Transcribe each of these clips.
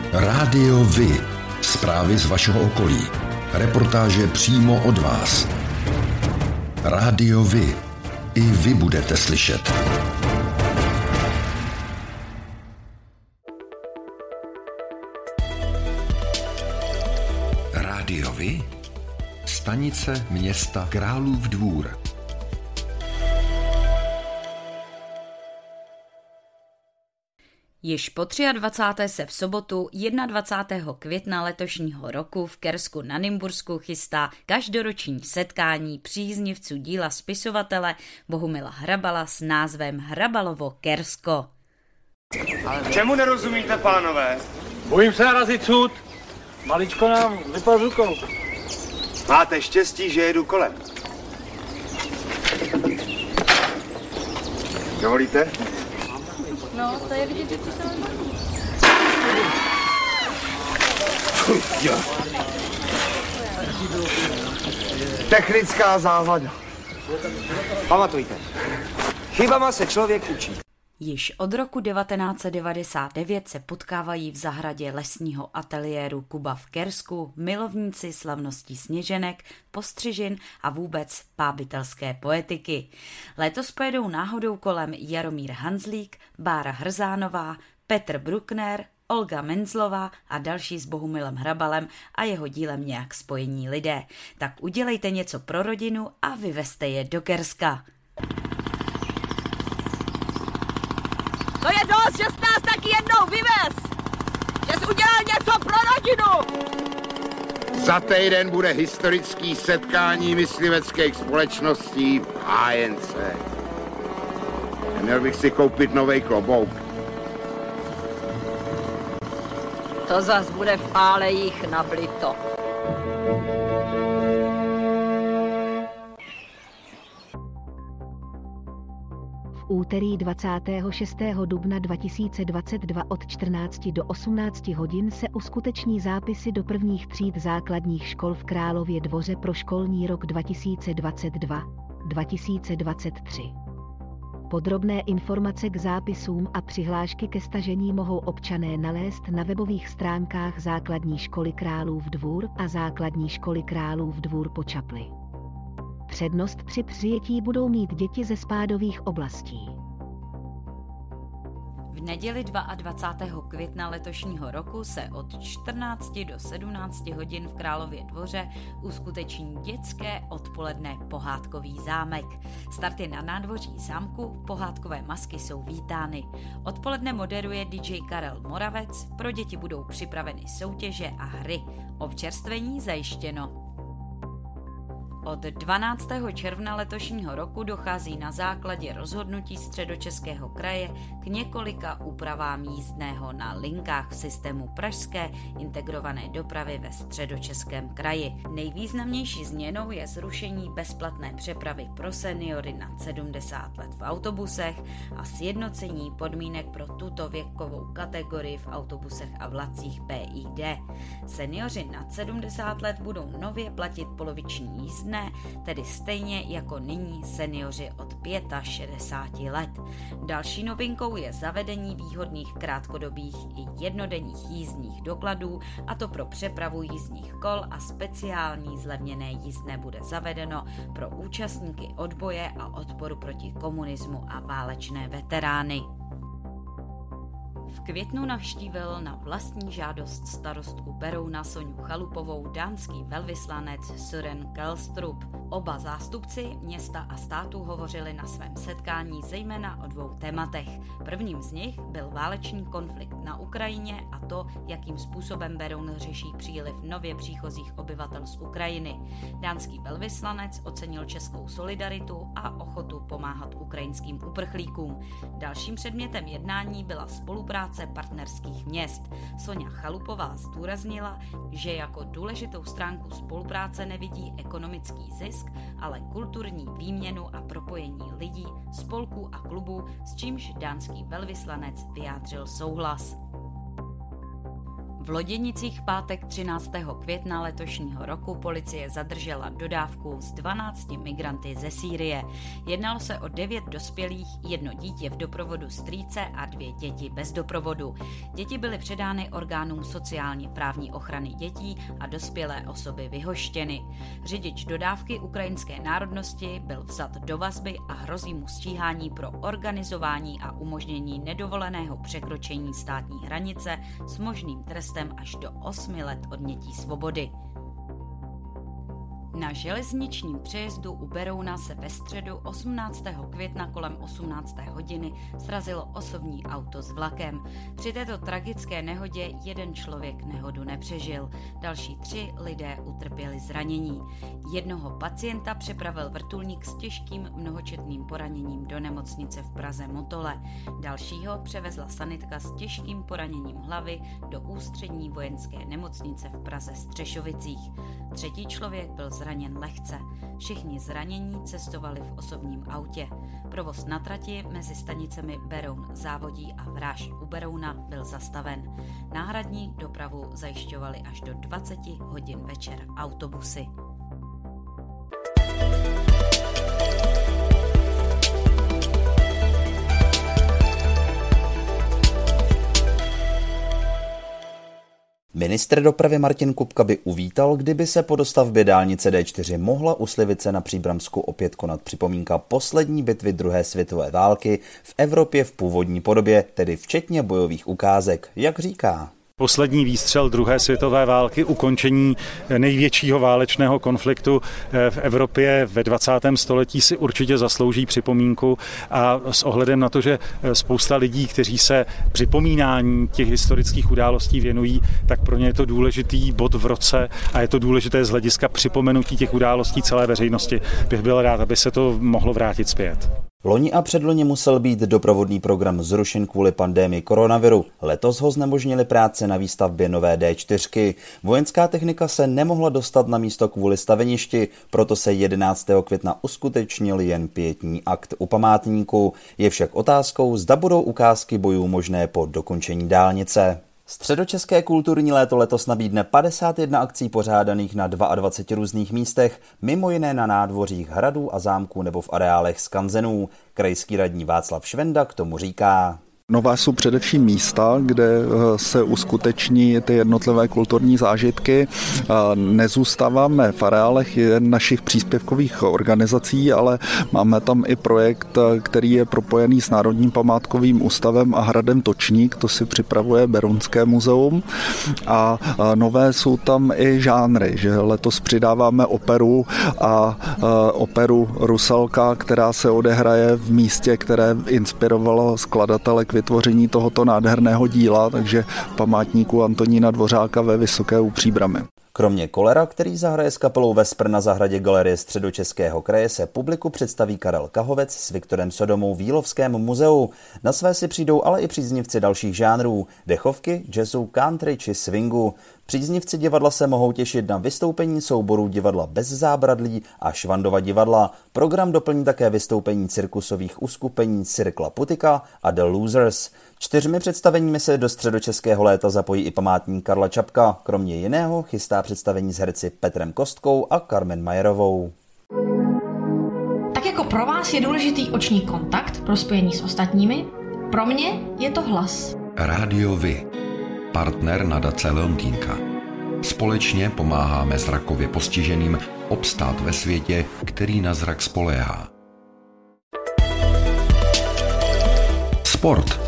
Rádio Vy. Zprávy z vašeho okolí. Reportáže přímo od vás. Rádio Vy. I vy budete slyšet. Rádio Vy. Stanice města Králův Dvůr. Již po 23. se v sobotu 21. května letošního roku v Kersku na Nymbursku chystá každoroční setkání příznivců díla spisovatele Bohumila Hrabala s názvem Hrabalovo Kersko. Ale čemu nerozumíte, pánové? Bojím se narazit sud. Maličko nám vypadl rukou. Máte štěstí, že jedu kolem. Dovolíte? No, to je vidět, že to se Technická závada. Pamatujte, chybama se člověk učí. Již od roku 1999 se potkávají v zahradě lesního ateliéru Kuba v Kersku milovníci slavností sněženek, postřižin a vůbec pábitelské poetiky. Letos pojedou náhodou kolem Jaromír Hanzlík, Bára Hrzánová, Petr Bruckner, Olga Menzlová a další s Bohumilem Hrabalem a jeho dílem nějak spojení lidé. Tak udělejte něco pro rodinu a vyvezte je do Kerska. To je dost, že jsi nás taky jednou vyvez! Že jsi udělal něco pro rodinu! Za týden bude historický setkání mysliveckých společností v Hájence. Měl bych si koupit novej klobouk. To zas bude v Pálejích nablito. Úterý 26. dubna 2022 od 14 do 18 hodin se uskuteční zápisy do prvních tříd základních škol v Králově Dvoře pro školní rok 2022-2023. Podrobné informace k zápisům a přihlášky ke stažení mohou občané nalézt na webových stránkách Základní školy Králův Dvůr a Základní školy Králův Dvůr Počapli. Přednost při přijetí budou mít děti ze spádových oblastí. V neděli 22. května letošního roku se od 14 do 17 hodin v Králově Dvoře uskuteční dětské odpoledne Pohádkový zámek. Starty na nádvoří zámku, pohádkové masky jsou vítány. Odpoledne moderuje DJ Karel Moravec, pro děti budou připraveny soutěže a hry. Občerstvení zajištěno. Od 12. června letošního roku dochází na základě rozhodnutí Středočeského kraje k několika úpravám jízdného na linkách v systému pražské integrované dopravy ve Středočeském kraji. Nejvýznamnější změnou je zrušení bezplatné přepravy pro seniory nad 70 let v autobusech a sjednocení podmínek pro tuto věkovou kategorii v autobusech a vlacích PID. Seniori nad 70 let budou nově platit poloviční jízdné, tedy stejně jako nyní seniori od 65 let. Další novinkou je zavedení výhodných krátkodobých i jednodenních jízdních dokladů, a to pro přepravu jízdních kol, a speciální zlevněné jízdné bude zavedeno pro účastníky odboje a odporu proti komunismu a válečné veterány. V květnu navštívil na vlastní žádost starostku Berouna Soňu Chalupovou dánský velvyslanec Søren Kelstrup. Oba zástupci města a státu hovořili na svém setkání zejména o dvou tématech. Prvním z nich byl válečný konflikt na Ukrajině a to, jakým způsobem Beroun řeší příliv nově příchozích obyvatel z Ukrajiny. Dánský velvyslanec ocenil českou solidaritu a ochotu pomáhat ukrajinským uprchlíkům. Dalším předmětem jednání byla spolupráce partnerských měst. Soňa Chalupová zdůraznila, že jako důležitou stránku spolupráce nevidí ekonomický zisk, ale kulturní výměnu a propojení lidí, spolků a klubů, s čímž dánský velvyslanec vyjádřil souhlas. V Loděnicích v pátek 13. května letošního roku policie zadržela dodávku s 12 migranty ze Sýrie. Jednalo se o 9 dospělých, 1 dítě v doprovodu strýce a 2 děti bez doprovodu. Děti byly předány orgánům sociálně právní ochrany dětí a dospělé osoby vyhoštěny. Řidič dodávky ukrajinské národnosti byl vzat do vazby a hrozí mu stíhání pro organizování a umožnění nedovoleného překročení státní hranice s možným trestem až do 8 let odnětí svobody. Na železničním přejezdu u Berouna se ve středu 18. května kolem 18. hodiny srazilo osobní auto s vlakem. Při této tragické nehodě 1 člověk nehodu nepřežil, další 3 lidé utrpěli zranění. Jednoho pacienta přepravil vrtulník s těžkým mnohočetným poraněním do nemocnice v Praze Motole. Dalšího převezla sanitka s těžkým poraněním hlavy do ústřední vojenské nemocnice v Praze Střešovicích. 3. člověk byl zraněn lehce. Všichni zranění cestovali v osobním autě. Provoz na trati mezi stanicemi Beroun Závodí a Vráž u Berouna byl zastaven. Náhradní dopravu zajišťovaly až do 20 hodin večer autobusy. Ministr dopravy Martin Kupka by uvítal, kdyby se po dostavbě dálnice D4 mohla u Slivice na Příbramsku opět konat připomínka poslední bitvy druhé světové války v Evropě v původní podobě, tedy včetně bojových ukázek, jak říká. Poslední výstřel druhé světové války, ukončení největšího válečného konfliktu v Evropě ve 20. století si určitě zaslouží připomínku a s ohledem na to, že spousta lidí, kteří se připomínání těch historických událostí věnují, tak pro ně je to důležitý bod v roce a je to důležité z hlediska připomenutí těch událostí celé veřejnosti. Bych byl rád, aby se to mohlo vrátit zpět. Loni a předloni musel být doprovodný program zrušen kvůli pandemii koronaviru. Letos ho znemožnili práce na výstavbě nové D4. Vojenská technika se nemohla dostat na místo kvůli staveništi, proto se 11. května uskutečnil jen pietní akt u památníku. Je však otázkou, zda budou ukázky bojů možné po dokončení dálnice. Středočeské kulturní léto letos nabídne 51 akcí pořádaných na 22 různých místech, mimo jiné na nádvořích hradů a zámků nebo v areálech skanzenů. Krajský radní Václav Švenda k tomu říká. Nová jsou především místa, kde se uskuteční ty jednotlivé kulturní zážitky. Nezůstáváme v areálech našich příspěvkových organizací, ale máme tam i projekt, který je propojený s Národním památkovým ústavem a hradem Točník, to si připravuje Berounské muzeum. A nové jsou tam i žánry, že letos přidáváme operu a operu Rusalka, která se odehraje v místě, které inspirovalo skladatele k vytvoření tohoto nádherného díla, takže památníku Antonína Dvořáka ve Vysoké u Příbrami. Kromě Kolera, který zahraje s kapelou Vespr na zahradě Galerie Středočeského kraje, se publiku představí Karel Kahovec s Viktorem Sodomou v Jílovském muzeu. Na své si přijdou ale i příznivci dalších žánrů, dechovky, jazzu, country či swingu. Příznivci divadla se mohou těšit na vystoupení souborů divadla Bez zábradlí a Švandova divadla. Program doplní také vystoupení cirkusových uskupení Cirkla Putika a The Losers. 4 představeními se do středočeského léta zapojí i památník Karla Čapka. Kromě jiného chystá představení s herci Petrem Kostkou a Carmen Majerovou. Tak jako pro vás je důležitý oční kontakt pro spojení s ostatními, pro mě je to hlas. Rádio Vy, partner nadace Leontýnka. Společně pomáháme zrakově postiženým obstát ve světě, který na zrak spoléhá. Sport.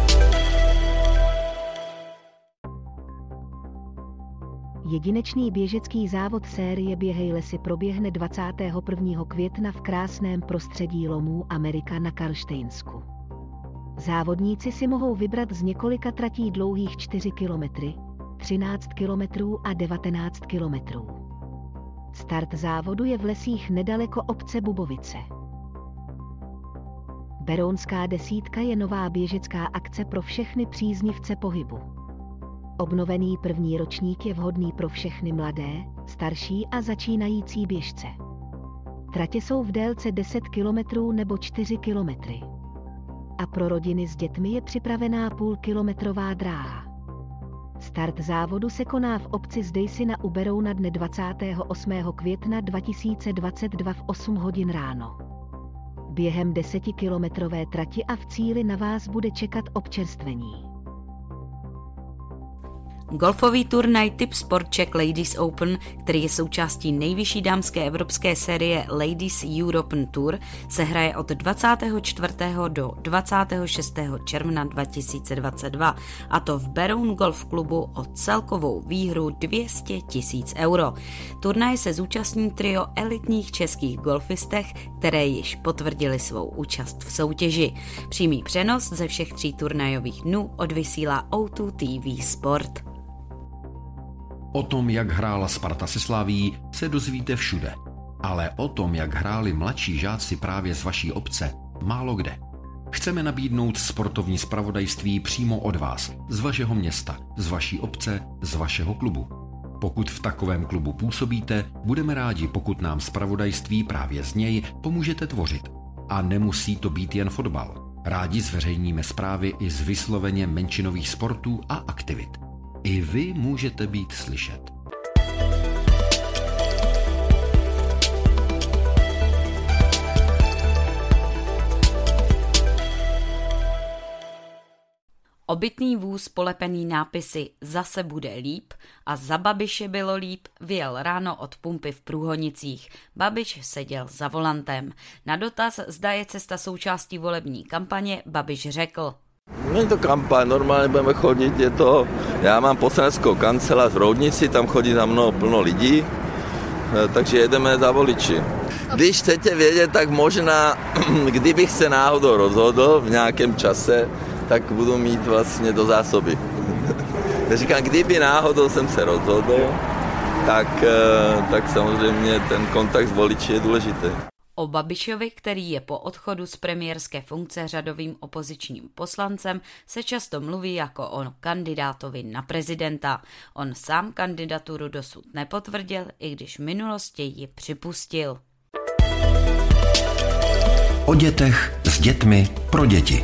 Jedinečný běžecký závod série Běhej lesy proběhne 21. května v krásném prostředí lomů Amerika na Karlštejnsku. Závodníci si mohou vybrat z několika tratí dlouhých 4 km, 13 km a 19 km. Start závodu je v lesích nedaleko obce Bubovice. Berounská desítka je nová běžecká akce pro všechny příznivce pohybu. Obnovený první ročník je vhodný pro všechny mladé, starší a začínající běžce. Tratě jsou v délce 10 km nebo 4 km. A pro rodiny s dětmi je připravená půlkilometrová dráha. Start závodu se koná v obci Zdejsi na u Berouna dne 28. května 2022 v 8 hodin ráno. Během 10kilometrové trati a v cíli na vás bude čekat občerstvení. Golfový turnaj Tip Sport Czech Ladies Open, který je součástí nejvyšší dámské evropské série Ladies European Tour, se hraje od 24. do 26. června 2022, a to v Beroun Golf klubu o celkovou výhru 200 000 euro. Turnaje se zúčastní trio elitních českých golfistech, které již potvrdili svou účast v soutěži. Přímý přenos ze všech 3 turnajových dnů odvysílá O2 TV Sport. O tom, jak hrála Sparta se Slavií, se dozvíte všude. Ale o tom, jak hráli mladší žáci právě z vaší obce, málo kde. Chceme nabídnout sportovní zpravodajství přímo od vás, z vašeho města, z vaší obce, z vašeho klubu. Pokud v takovém klubu působíte, budeme rádi, pokud nám zpravodajství právě z něj pomůžete tvořit. A nemusí to být jen fotbal. Rádi zveřejníme zprávy i z vysloveně menšinových sportů a aktivit. I vy můžete být slyšet. Obytný vůz polepený nápisy Zase bude líp a Za Babiše bylo líp vyjel ráno od pumpy v Průhonicích. Babiš seděl za volantem. Na dotaz, zda je cesta součástí volební kampaně, Babiš řekl: Není to kampaň, normálně budeme chodit, já mám poslaneckou kancelář v Roudnici, tam chodí za mnou plno lidí, takže jedeme za voliči. Když chcete vědět, tak možná, kdybych se náhodou rozhodl v nějakém čase, tak budu mít vlastně do zásoby. Říkám, kdyby náhodou jsem se rozhodl, tak samozřejmě ten kontakt s voliči je důležitý. O Babišovi, který je po odchodu z premiérské funkce řadovým opozičním poslancem, se často mluví jako o kandidátovi na prezidenta. On sám kandidaturu dosud nepotvrdil, i když v minulosti ji připustil. O dětech, s dětmi, pro děti.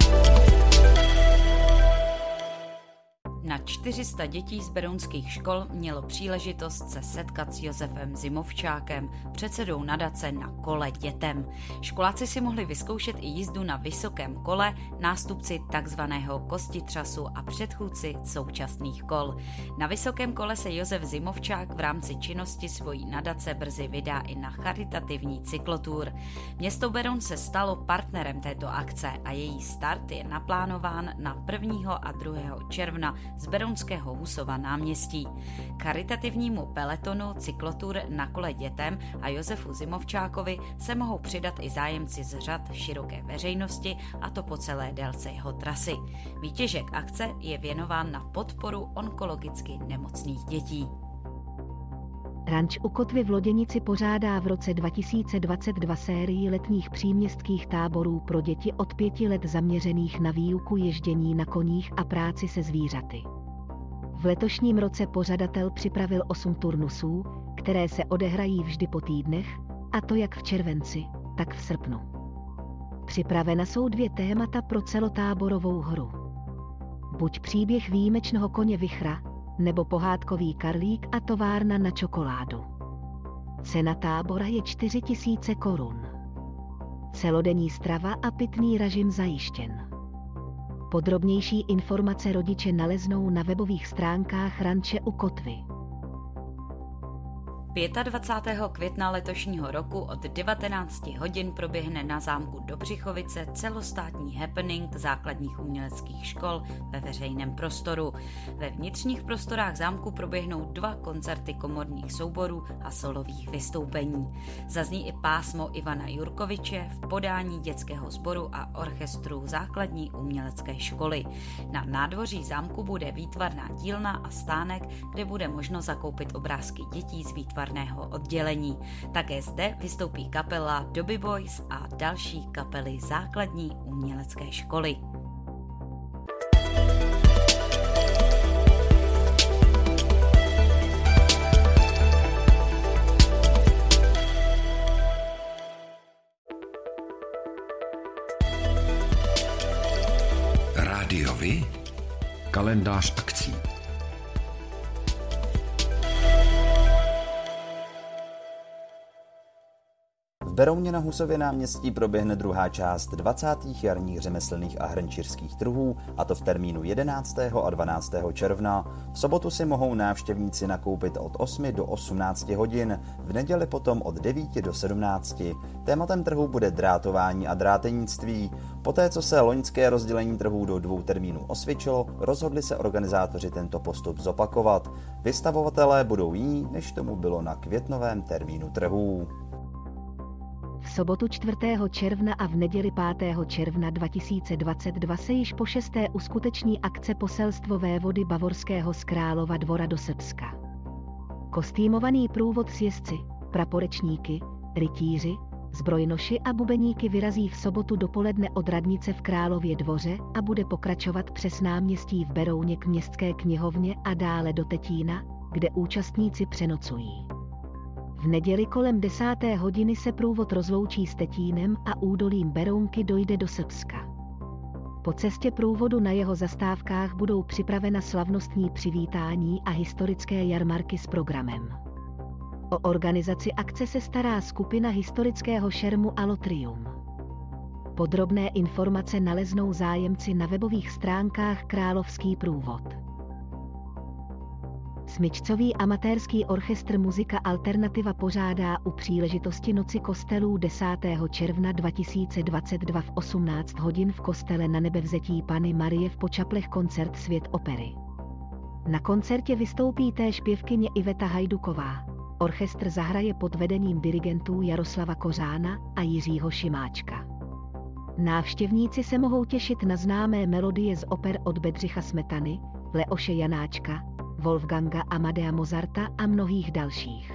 Na 400 dětí z berounských škol mělo příležitost se setkat s Josefem Zimovčákem, předsedou nadace Na kole dětem. Školáci si mohli vyzkoušet i jízdu na vysokém kole, nástupci takzvaného kostitřasu a předchůdci současných kol. Na vysokém kole se Josef Zimovčák v rámci činnosti svojí nadace brzy vydá i na charitativní cyklotúr. Město Beroun se stalo partnerem této akce a její start je naplánován na 1. a 2. června z Berounského Husova náměstí. Charitativnímu peletonu cyklotúr Na kole dětem a Josefu Zimovčákovi se mohou přidat i zájemci z řad široké veřejnosti, a to po celé délce jeho trasy. Výtěžek akce je věnován na podporu onkologicky nemocných dětí. Ranč u Kotvy v Loděnici pořádá v roce 2022 sérii letních příměstských táborů pro děti od 5 let zaměřených na výuku ježdění na koních a práci se zvířaty. V letošním roce pořadatel připravil 8 turnusů, které se odehrají vždy po týdnech, a to jak v červenci, tak v srpnu. Připravena jsou 2 témata pro celotáborovou hru. Buď příběh výjimečného koně Vichra, nebo pohádkový karlík a továrna na čokoládu. Cena tábora je 4 000 korun. Celodenní strava a pitný režim zajištěn. Podrobnější informace rodiče naleznou na webových stránkách ranče u Kotvy. 25. května letošního roku od 19 hodin proběhne na zámku Dobřichovice celostátní happening základních uměleckých škol ve veřejném prostoru. Ve vnitřních prostorách zámku proběhnou 2 koncerty komorních souborů a solových vystoupení. Zazní i pásmo Ivana Jurkoviče v podání dětského sboru a orchestru základní umělecké školy. Na nádvoří zámku bude výtvarná dílna a stánek, kde bude možno zakoupit obrázky dětí z výtvarného oddělení. Také zde vystoupí kapela Dobby Boys a další kapely základní umělecké školy. Rádio Vy, kalendář akcí. Berouně na Husově náměstí proběhne druhá část 20. jarních řemeslných a hrnčířských trhů, a to v termínu 11. a 12. června. V sobotu si mohou návštěvníci nakoupit od 8 do 18 hodin, v neděli potom od 9 do 17. Tématem trhu bude drátování a drátenictví. Poté, co se loňské rozdělení trhů do 2 termínů osvědčilo, rozhodli se organizátoři tento postup zopakovat. Vystavovatelé budou jiní, než tomu bylo na květnovém termínu trhů. V sobotu 4. června a v neděli 5. června 2022 se již po 6. uskuteční akce Poselstvo vévody Bavorského z Králova Dvora do Srbska. Kostýmovaný průvod s jezdci, praporečníky, rytíři, zbrojnoši a bubeníky vyrazí v sobotu dopoledne od radnice v Králově Dvoře a bude pokračovat přes náměstí v Berouně k městské knihovně a dále do Tetína, kde účastníci přenocují. V neděli kolem 10. hodiny se průvod rozloučí s Tetínem a údolím Berounky dojde do Srbska. Po cestě průvodu na jeho zastávkách budou připravena slavnostní přivítání a historické jarmarky s programem. O organizaci akce se stará skupina historického šermu Alotrium. Podrobné informace naleznou zájemci na webových stránkách Královský průvod. Smyčcový amatérský orchestr Muzika Alternativa pořádá u příležitosti Noci kostelů 10. června 2022 v 18 hodin v kostele Na Nebevzetí Panny Marie v Počaplech koncert Svět opery. Na koncertě vystoupí též pěvkyně Iveta Hajduková. Orchestr zahraje pod vedením dirigentů Jaroslava Kořána a Jiřího Šimáčka. Návštěvníci se mohou těšit na známé melodie z oper od Bedřicha Smetany, Leoše Janáčka, Wolfganga Amadea Mozarta a mnohých dalších.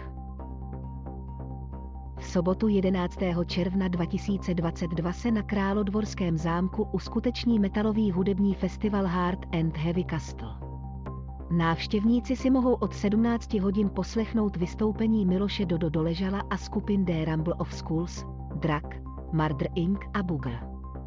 V sobotu 11. června 2022 se na Královodvorském zámku uskuteční metalový hudební festival Hard and Heavy Castle. Návštěvníci si mohou od 17 hodin poslechnout vystoupení Miloše Dodo Doležala a skupin The Rumble of Skulls, Drak, Murder Inc. a Booger.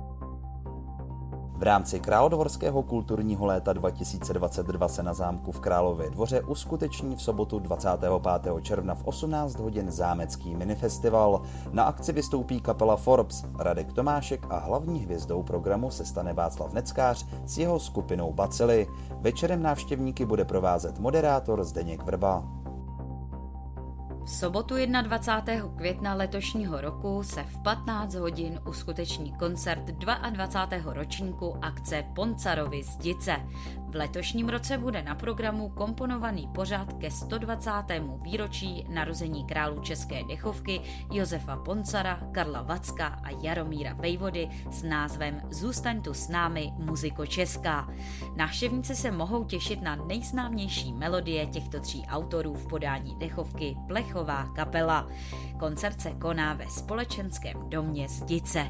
V rámci Královodvorského kulturního léta 2022 se na zámku v Králově Dvoře uskuteční v sobotu 25. června v 18 hodin zámecký minifestival. Na akci vystoupí kapela Forbes, Radek Tomášek a hlavní hvězdou programu se stane Václav Neckář s jeho skupinou Bacily. Večerem návštěvníky bude provázet moderátor Zdeněk Vrba. V sobotu 21. května letošního roku se v 15 hodin uskuteční koncert 22. ročníku akce Poncarovi Zdice. V letošním roce bude na programu komponovaný pořad ke 120. výročí narození králů české dechovky Josefa Poncara, Karla Vacka a Jaromíra Vejvody s názvem Zůstaň tu s námi, muziko česká. Návštěvníci se mohou těšit na nejznámější melodie těchto 3 autorů v podání dechovky Plechová kapela. Koncert se koná ve společenském domě Zdice.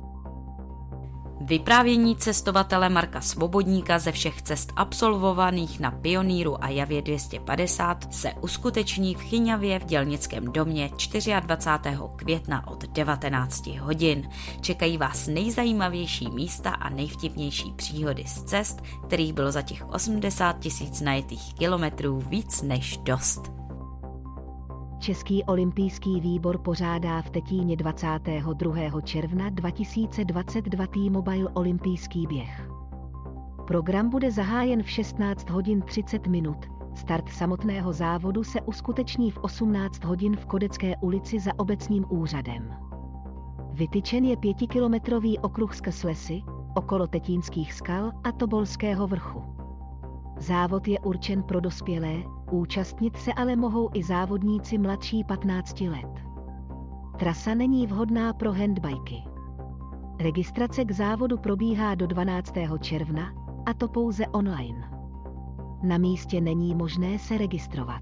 Vyprávění cestovatele Marka Svobodníka ze všech cest absolvovaných na Pionýru a Javě 250 se uskuteční v Chyňavě v Dělnickém domě 24. května od 19 hodin. Čekají vás nejzajímavější místa a nejvtipnější příhody z cest, kterých bylo za těch 80 000 najetých kilometrů víc než dost. Český olympijský výbor pořádá v Tetíně 22. června 2022 T-Mobile olympijský běh. Program bude zahájen v 16 hodin 30 minut. Start samotného závodu se uskuteční v 18 hodin v Kodecké ulici za obecním úřadem. Vytyčen je 5kilometrový okruh skrz lesy, okolo Tetínských skal a Tobolského vrchu. Závod je určen pro dospělé, účastnit se ale mohou i závodníci mladší 15 let. Trasa není vhodná pro handbajky. Registrace k závodu probíhá do 12. června, a to pouze online. Na místě není možné se registrovat.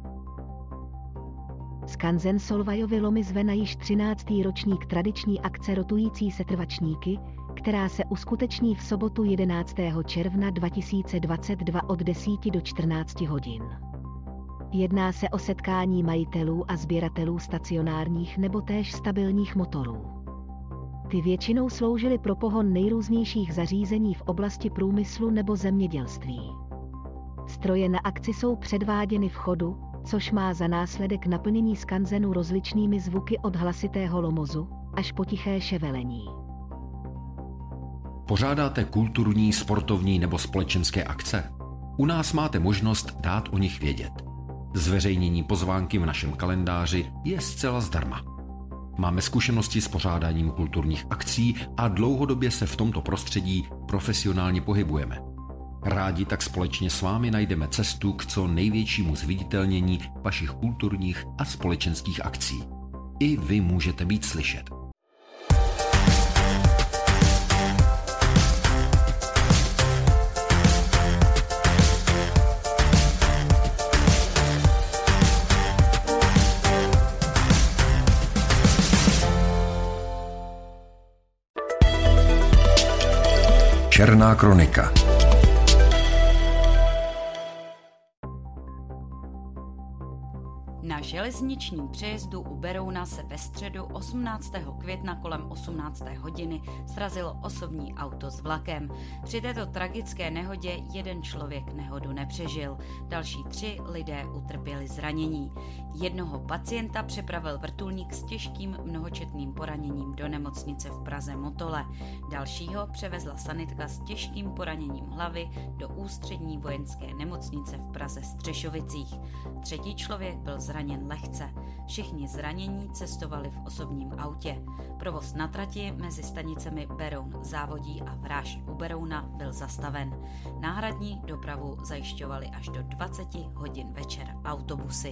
Skanzen Solvajovy lomy zve na již 13. ročník tradiční akce Rotující se trvačníky, která se uskuteční v sobotu 11. června 2022 od 10 do 14 hodin. Jedná se o setkání majitelů a sběratelů stacionárních nebo též stabilních motorů. Ty většinou sloužily pro pohon nejrůznějších zařízení v oblasti průmyslu nebo zemědělství. Stroje na akci jsou předváděny v chodu, což má za následek naplnění skanzenu rozličnými zvuky od hlasitého lomozu až po tiché ševelení. Pořádáte kulturní, sportovní nebo společenské akce? U nás máte možnost dát o nich vědět. Zveřejnění pozvánky v našem kalendáři je zcela zdarma. Máme zkušenosti s pořádáním kulturních akcí a dlouhodobě se v tomto prostředí profesionálně pohybujeme. Rádi tak společně s vámi najdeme cestu k co největšímu zviditelnění vašich kulturních a společenských akcí. I vy můžete být slyšet. Černá kronika. Na železničním přejezdu u Berouna se ve středu 18. května kolem 18. hodiny srazilo osobní auto s vlakem. Při této tragické nehodě jeden člověk nehodu nepřežil, další 3 lidé utrpěli zranění. Jednoho pacienta přepravil vrtulník s těžkým mnohočetným poraněním do nemocnice v Praze Motole. Dalšího převezla sanitka s těžkým poraněním hlavy do ústřední vojenské nemocnice v Praze Střešovicích. 3. člověk byl zraněn lehce. Všichni zranění cestovali v osobním autě. Provoz na trati mezi stanicemi Beroun Závodí a Vráž u Berouna byl zastaven. Náhradní dopravu zajišťovali až do 20 hodin večer autobusy.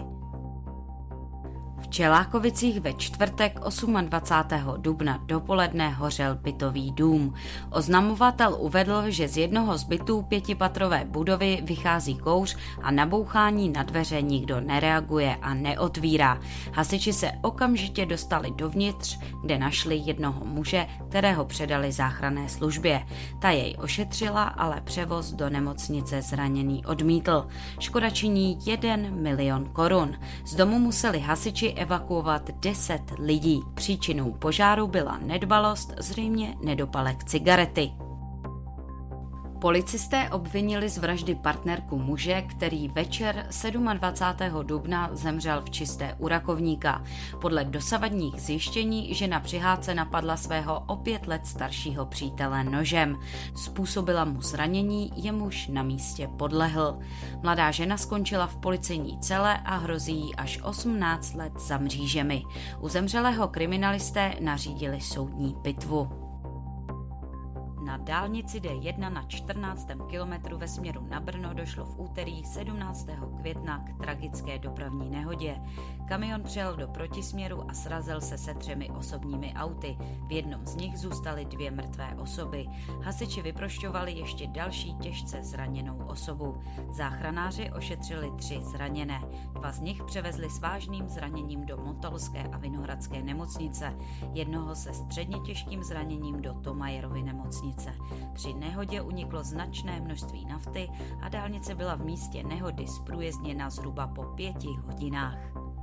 V Čelákovicích ve čtvrtek 28. dubna dopoledne hořel bytový dům. Oznamovatel uvedl, že z jednoho z bytů 5patrové budovy vychází kouř a na bouchání na dveře nikdo nereaguje a neotvírá. Hasiči se okamžitě dostali dovnitř, kde našli jednoho muže, kterého předali záchranné službě. Ta jej ošetřila, ale převoz do nemocnice zraněný odmítl. Škoda činí 1 milion korun. Z domu museli hasiči evakuovat 10 lidí. Příčinou požáru byla nedbalost, zřejmě nedopalek cigarety. Policisté obvinili z vraždy partnerku muže, který večer 27. dubna zemřel v Čisté u Rakovníka. Podle dosavadních zjištění žena při hádce napadla svého o 5 let staršího přítele nožem. Způsobila mu zranění, jemuž na místě podlehl. Mladá žena skončila v policejní cele a hrozí jí až 18 let za mřížemi. U zemřelého kriminalisté nařídili soudní pitvu. Na dálnici D1 na 14. kilometru ve směru na Brno došlo v úterý 17. května k tragické dopravní nehodě. Kamion přijel do protisměru a srazil se se 3 osobními auty. V jednom z nich zůstaly 2 mrtvé osoby. Hasiči vyprošťovali ještě další těžce zraněnou osobu. Záchranáři ošetřili 3 zraněné. 2 z nich převezli s vážným zraněním do Motolské a Vinohradské nemocnice. Jednoho se středně těžkým zraněním do Tomajerovy nemocnice. Při nehodě uniklo značné množství nafty a dálnice byla v místě nehody zprůjezdněna zhruba po 5 hodinách.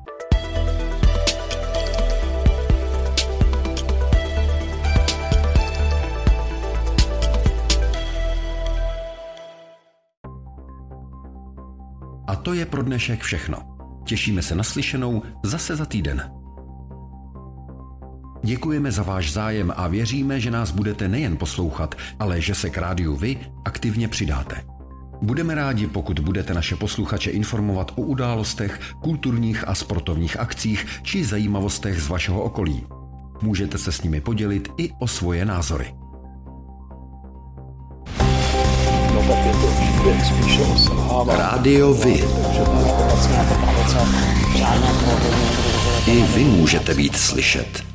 A to je pro dnešek všechno. Těšíme se na slyšenou zase za týden. Děkujeme za váš zájem a věříme, že nás budete nejen poslouchat, ale že se k rádiu vy aktivně přidáte. Budeme rádi, pokud budete naše posluchače informovat o událostech, kulturních a sportovních akcích či zajímavostech z vašeho okolí. Můžete se s nimi podělit i o svoje názory. Rádio Vy. I vy můžete být slyšet.